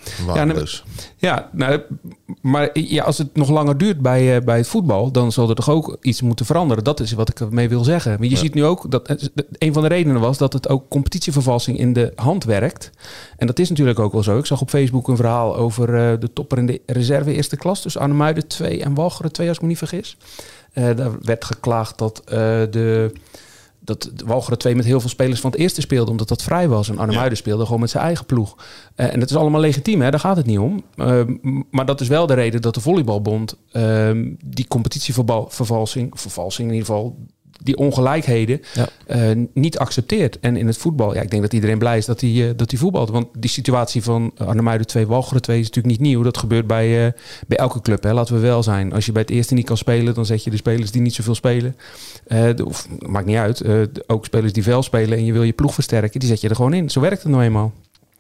Maar als het nog langer duurt bij het voetbal... dan zal er toch ook iets moeten veranderen. Dat is wat ik ermee wil zeggen. Maar je ziet nu ook dat een van de redenen was... dat het ook competitievervalsing in de hand werkt. En dat is natuurlijk ook wel zo. Ik zag op Facebook een verhaal over de topper in de reserve eerste klas. Dus Arnhemuiden 2 en Walcheren 2, als ik me niet vergis. Daar werd geklaagd dat dat Walcheren 2 met heel veel spelers van het eerste speelde... omdat dat vrij was. En Arnhemuiden speelde gewoon met zijn eigen ploeg. En dat is allemaal legitiem, hè? Daar gaat het niet om. Maar dat is wel de reden dat de Volleybalbond... die competitievervalsing in ieder geval... die ongelijkheden niet accepteert. En in het voetbal, ik denk dat iedereen blij is dat hij voetbalt. Want die situatie van Arnhemuiden 2, Walcheren 2 is natuurlijk niet nieuw. Dat gebeurt bij elke club, hè. Laten we wel zijn. Als je bij het eerste niet kan spelen, dan zet je de spelers die niet zoveel spelen. Maakt niet uit. Ook spelers die wel spelen en je wil je ploeg versterken, die zet je er gewoon in. Zo werkt het nou eenmaal.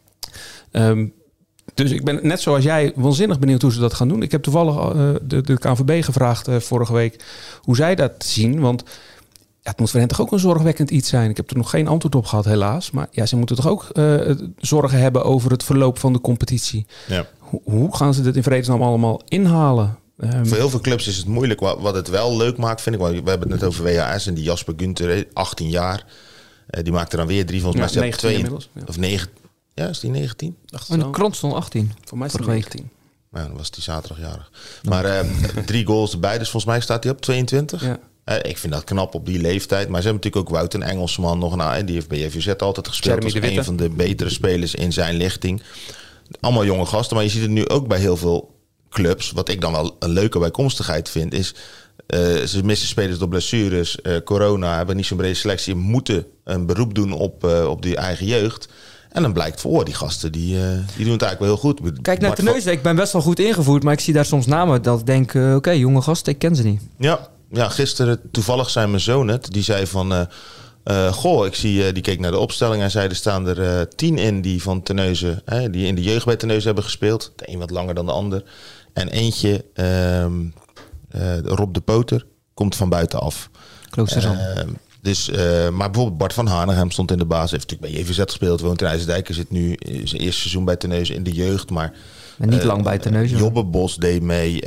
Dus ik ben net zoals jij waanzinnig benieuwd hoe ze dat gaan doen. Ik heb toevallig de KNVB gevraagd vorige week hoe zij dat zien. Want het moet voor hen toch ook een zorgwekkend iets zijn. Ik heb er nog geen antwoord op gehad, helaas. Maar ja, ze moeten toch ook zorgen hebben over het verloop van de competitie. Ja. Hoe gaan ze dit in vredesnaam allemaal inhalen? Voor heel veel clubs is het moeilijk. Wat het wel leuk maakt, vind ik. We hebben het net over WHS en die Jasper Günther, 18 jaar. Die maakt er dan weer 3, volgens mij. 19 inmiddels. Ja. Of 9. Ja, is die 19? In de krant stond 18. Voor mij is het 19. Nou, dan was die zaterdagjarig. Maar 3 goals erbij, dus volgens mij staat hij op 22. Ja. Ik vind dat knap op die leeftijd. Maar ze hebben natuurlijk ook Wout, een Engelsman, nog een die heeft bij JVZ altijd gespeeld. Dat is een van de betere spelers in zijn lichting. Allemaal jonge gasten, maar je ziet het nu ook bij heel veel clubs. Wat ik dan wel een leuke bijkomstigheid vind, is ze missen spelers door blessures, corona, hebben niet zo'n brede selectie, moeten een beroep doen op die eigen jeugd. En dan blijkt voor die gasten, die doen het eigenlijk wel heel goed. Kijk naar Terneuzen, ik ben best wel goed ingevoerd, maar ik zie daar soms namen dat ik denk, oké, jonge gasten, ik ken ze niet. Ja, gisteren toevallig zei mijn zoon het. Die zei van, ik zie, die keek naar de opstelling en zei, er staan er 10 in die van Terneuzen, die in de jeugd bij Terneuzen hebben gespeeld. De een wat langer dan de ander. En eentje, Rob de Poter, komt van buitenaf. Kloosterzand. Maar bijvoorbeeld Bart van Hanegem stond in de basis. Heeft natuurlijk bij JVZ gespeeld. Woont in IJsdijk. Hij zit nu zijn eerste seizoen bij Terneuzen in de jeugd. Maar niet lang bij Terneuzen. Jobbe Bos deed mee.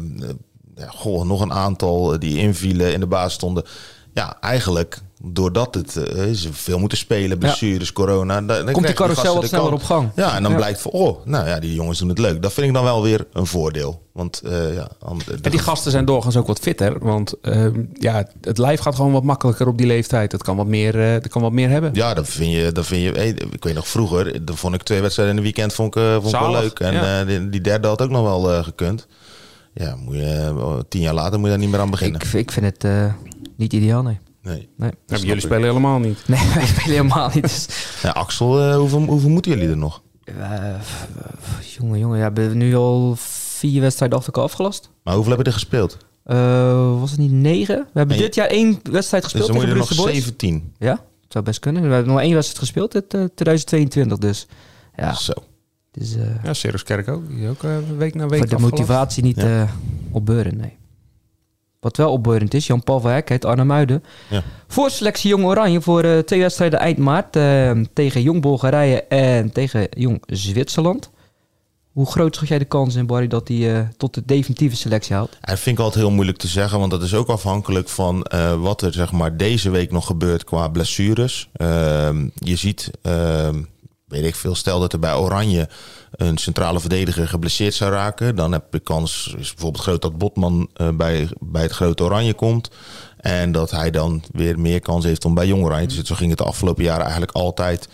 Nog een aantal die invielen in de basis stonden. Ja, eigenlijk doordat ze veel moeten spelen. Blessures, corona. Dan komt die carousel wat sneller op gang. Ja, en dan blijkt van, die jongens doen het leuk. Dat vind ik dan wel weer een voordeel. Want en die gasten zijn doorgaans ook wat fitter. Want het lijf gaat gewoon wat makkelijker op die leeftijd. Het kan wat meer hebben. Ja, dat vind je. Ik weet nog vroeger, dan vond ik 2 wedstrijden in een weekend vond ik wel leuk. En die derde had ook nog wel gekund. Ja, 10 jaar later moet je daar niet meer aan beginnen. Ik vind het niet ideaal, nee. Jullie spelen helemaal niet. Nee, wij spelen helemaal niet. Dus. Ja, Axel, hoeveel moeten jullie er nog? Jongen, we hebben nu al 4 wedstrijden achter elkaar afgelast. Maar hoeveel heb je er gespeeld? Was het niet 9? We hebben dit jaar 1 wedstrijd gespeeld. Dus dan moet je er nog 17. Ja, dat zou best kunnen. We hebben nog 1 wedstrijd gespeeld in 2022. Dus ja. Zo. Dus, Seruskerk ook. Die ook week na week voor de motivatie niet opbeuren, nee. Wat wel opbeurend is, Jan-Paul van Hek uit Arnhemuiden. Ja. Voor selectie Jong Oranje voor 2 wedstrijden eind maart. Tegen Jong Bulgarije en tegen Jong Zwitserland. Hoe groot schat jij de kans in, Barry, dat hij tot de definitieve selectie haalt? Dat vind ik altijd heel moeilijk te zeggen. Want dat is ook afhankelijk van wat er zeg maar deze week nog gebeurt qua blessures. Je ziet, weet ik veel, stel dat er bij Oranje een centrale verdediger geblesseerd zou raken. Dan heb je kans, is bijvoorbeeld groot dat Botman bij het grote Oranje komt. En dat hij dan weer meer kans heeft om bij Jong Oranje te zitten. Zo ging het de afgelopen jaren eigenlijk altijd.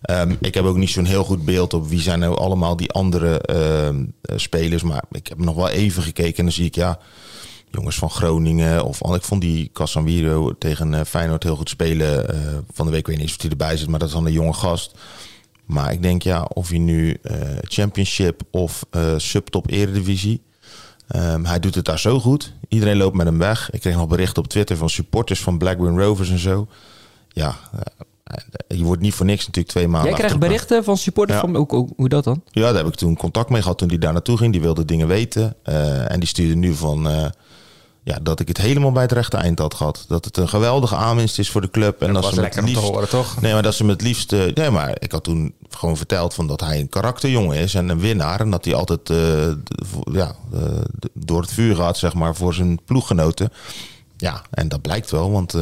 Ik heb ook niet zo'n heel goed beeld op wie zijn nou allemaal die andere spelers. Maar ik heb nog wel even gekeken en dan zie ik jongens van Groningen. Ik vond die Casemiro tegen Feyenoord heel goed spelen. Van de week weet ik niet of hij erbij zit, maar dat is dan een jonge gast. Maar ik denk of hij nu Championship of Subtop Eredivisie. Hij doet het daar zo goed. Iedereen loopt met hem weg. Ik kreeg nog berichten op Twitter van supporters van Blackburn Rovers en zo. Je wordt niet voor niks natuurlijk 2 maanden. Jij krijgt berichten van supporters van hoe dat dan? Ja, daar heb ik toen contact mee gehad toen hij daar naartoe ging. Die wilde dingen weten. En die stuurde nu van dat ik het helemaal bij het rechte eind had gehad. Dat het een geweldige aanwinst is voor de club. En dat was lekker om te horen, toch? Nee, maar dat ze me het liefst... nee, maar ik had toen gewoon verteld van dat hij een karakterjongen is en een winnaar. En dat hij altijd door het vuur gaat, zeg maar, voor zijn ploeggenoten. Ja, en dat blijkt wel, want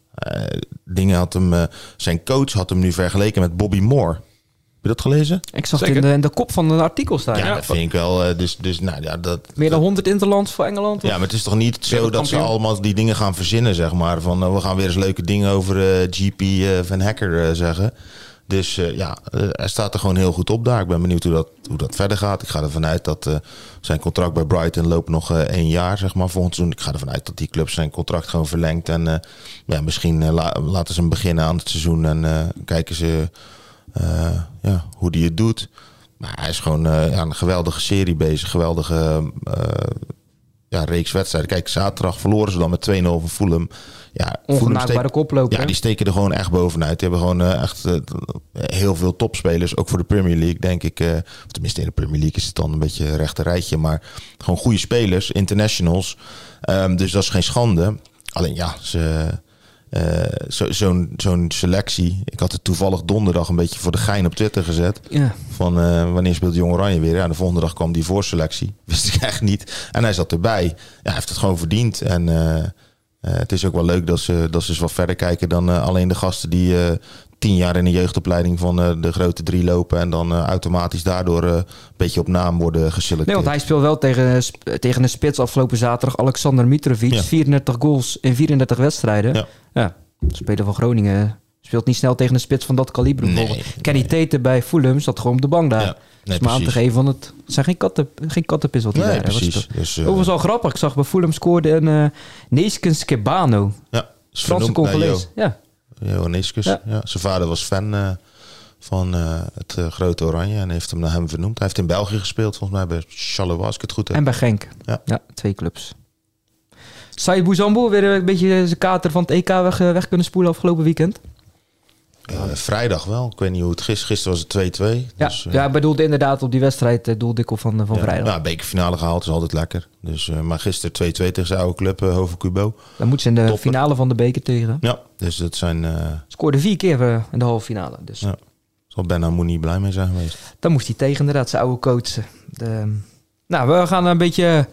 zijn coach had hem nu vergeleken met Bobby Moore. Heb je dat gelezen? Ik zag het in de kop van een artikel staan. Ja, dat vind ik wel. Dat meer dan 100 interlands voor Engeland? Ja, maar het is toch niet zo dat ze allemaal die dingen gaan verzinnen, zeg maar. Van we gaan weer eens leuke dingen over GP Van Hacker zeggen. Dus hij staat er gewoon heel goed op daar. Ik ben benieuwd hoe dat verder gaat. Ik ga ervan uit dat zijn contract bij Brighton loopt nog 1 jaar, zeg maar, volgend seizoen. Ik ga ervan uit dat die club zijn contract gewoon verlengt. En misschien laten ze hem beginnen aan het seizoen en kijken ze hoe die het doet. Maar hij is gewoon een geweldige serie bezig. Geweldige reeks wedstrijden. Kijk, zaterdag verloren ze dan met 2-0 van Fulham. Ja, ongenaakbare koploper. Ja, die steken er gewoon echt bovenuit. Die hebben gewoon echt heel veel topspelers. Ook voor de Premier League, denk ik. Of tenminste, in de Premier League is het dan een beetje een rechterrijtje. Maar gewoon goede spelers, internationals. Dus dat is geen schande. Alleen zo'n selectie. Ik had het toevallig donderdag een beetje voor de gein op Twitter gezet. Ja. Van wanneer speelt Jong Oranje weer? Ja, de volgende dag kwam die voorselectie. Wist ik echt niet. En hij zat erbij. Ja, hij heeft het gewoon verdiend. En het is ook wel leuk dat ze eens wat verder kijken dan alleen de gasten die 10 jaar in de jeugdopleiding van de grote 3 lopen. En dan automatisch daardoor een beetje op naam worden geselecteerd. Nee, want hij speelt wel tegen een spits afgelopen zaterdag. Alexander Mitrovic. 34 goals in 34 wedstrijden. Ja, de speler van Groningen speelt niet snel tegen een spits van dat kaliber. Nee. Kenny Tate bij Fulham zat gewoon op de bank daar. Ja. Nee, maar aan te geven van het zijn geen kattenpis wat hij daar precies. Dus, overigens al grappig. Ik zag bij Fulham scoorde een Neeskens Kebano. Ja, Franse Congolees. Jo Neeskens. Ja. Zijn vader was fan van het Grote Oranje en heeft hem naar hem vernoemd. Hij heeft in België gespeeld, volgens mij bij Charleroi, als ik het goed heb. En bij Genk. Ja, 2 clubs. Saïd Bouzambou weer een beetje zijn kater van het EK weg kunnen spoelen afgelopen weekend? Vrijdag wel. Ik weet niet hoe het gisteren was het 2-2. Ja, dus, ik bedoelde inderdaad op die wedstrijd doelde ik op van vrijdag. Nou, bekerfinale gehaald is altijd lekker. Dus, maar gisteren 2-2 tegen zijn oude club, Hoven Cubo. Dan moet ze in de finale van de beker tegen. Ja, dus dat zijn... Scoorde 4 keer in de halve finale. Dus. Ja. Zal Ben Hamouni blij mee zijn geweest. Dan moest hij tegen inderdaad zijn oude coach. We gaan een beetje...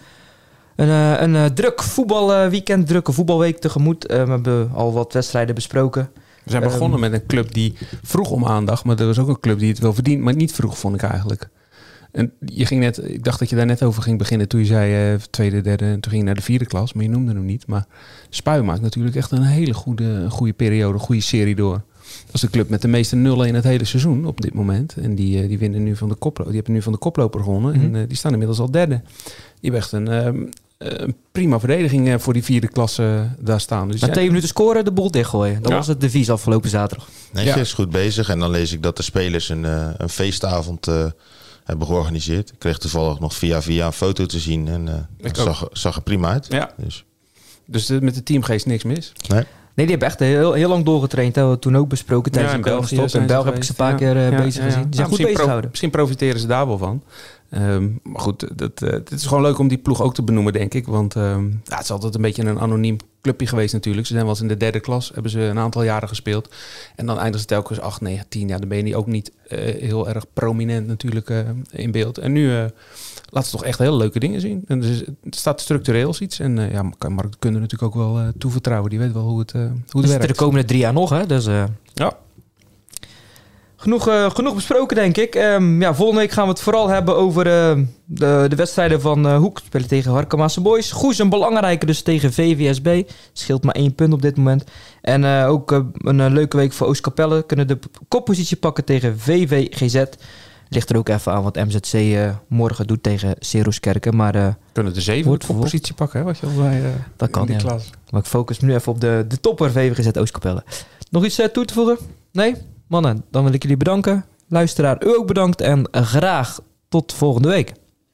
Een druk voetbalweekend, drukke voetbalweek tegemoet. We hebben al wat wedstrijden besproken. We zijn begonnen met een club die vroeg om aandacht, maar er was ook een club die het wel verdient, maar niet vroeg, vond ik eigenlijk. En je ging net, ik dacht dat je daar net over ging beginnen toen je zei tweede, derde en toen ging je naar de 4e klas, maar je noemde hem niet. Maar Spui maakt natuurlijk echt een hele goede periode, goede serie door. Dat is de club met de meeste nullen in het hele seizoen op dit moment. En die winnen nu van de koploper. Die hebben nu van de koploper gewonnen. Mm-hmm. En die staan inmiddels al derde. Die hebben echt een prima verdediging voor die 4e klasse daar staan. Dus na 2 minuten scoren, de boel dichtgooien. Dat was het devies afgelopen zaterdag. Nee, is goed bezig. En dan lees ik dat de spelers een feestavond hebben georganiseerd. Ik kreeg toevallig nog via een foto te zien. En zag er prima uit. Ja. Dus met de teamgeest niks mis? Nee, die hebben echt heel lang doorgetraind. Dat hebben we toen ook besproken tijdens de België. In België heb ik ze een paar keer bezig gezien. Die zijn goed bezig gehouden. Misschien profiteren ze daar wel van. Maar goed, het is gewoon leuk om die ploeg ook te benoemen, denk ik. Want het is altijd een beetje een anoniem clubje geweest natuurlijk. Ze zijn wel eens in de 3e klas, hebben ze een aantal jaren gespeeld. En dan eindigen ze telkens 8, 9, 10 jaar. Dan ben je ook niet heel erg prominent natuurlijk in beeld. En nu laten ze toch echt hele leuke dingen zien. En dus, het staat structureels iets. En kan Mark de Kunde natuurlijk ook wel toevertrouwen. Die weet wel hoe het werkt. De komende 3 jaar nog, hè? Dus, ja. Genoeg besproken, denk ik. Volgende week gaan we het vooral hebben over de wedstrijden van Hoek. Spelen tegen Harkemaanse Boys. Goes een belangrijke dus tegen VVSB. Scheelt maar 1 punt op dit moment. En ook een leuke week voor Oostkapelle. Kunnen de koppositie pakken tegen VVGZ. Ligt er ook even aan wat MZC morgen doet tegen Seroskerken. Maar kunnen de 7 koppositie pakken, hè? Wat je al zei. Dat kan, ja. Klas. Maar ik focus me nu even op de topper VVGZ Oostkapelle. Nog iets toe te voegen? Nee? Mannen, dan wil ik jullie bedanken. Luisteraar, u ook bedankt en graag tot volgende week.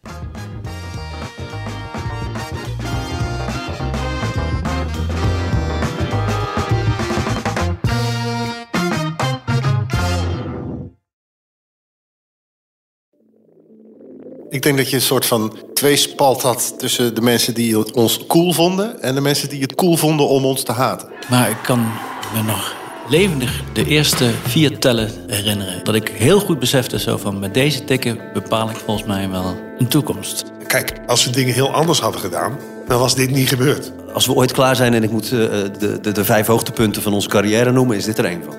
Ik denk dat je een soort van tweespalt had tussen de mensen die ons cool vonden en de mensen die het cool vonden om ons te haten. Maar ik kan me nog levendig de eerste 4 tellen herinneren. Dat ik heel goed besefte zo van met deze tikken bepaal ik volgens mij wel een toekomst. Kijk, als we dingen heel anders hadden gedaan, dan was dit niet gebeurd. Als we ooit klaar zijn en ik moet de 5 hoogtepunten van onze carrière noemen, is dit er 1 van.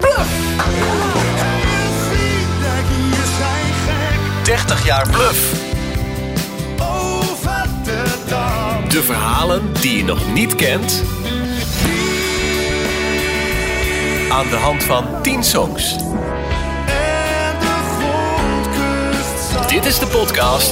30 jaar Bluff. De verhalen die je nog niet kent. Aan de hand van 10 songs. Dit is de podcast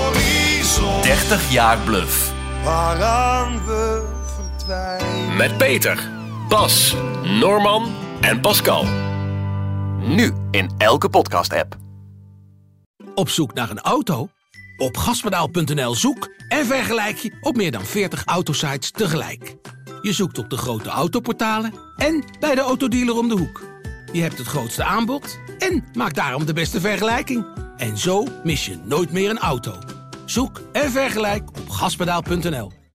30 jaar Bluff. Waaraan we verdwijnen. Met Peter, Bas, Norman en Pascal. Nu in elke podcast-app. Op zoek naar een auto? Op gaspedaal.nl zoek en vergelijk je op meer dan 40 autosites tegelijk. Je zoekt op de grote autoportalen en bij de autodealer om de hoek. Je hebt het grootste aanbod en maakt daarom de beste vergelijking. En zo mis je nooit meer een auto. Zoek en vergelijk op gaspedaal.nl.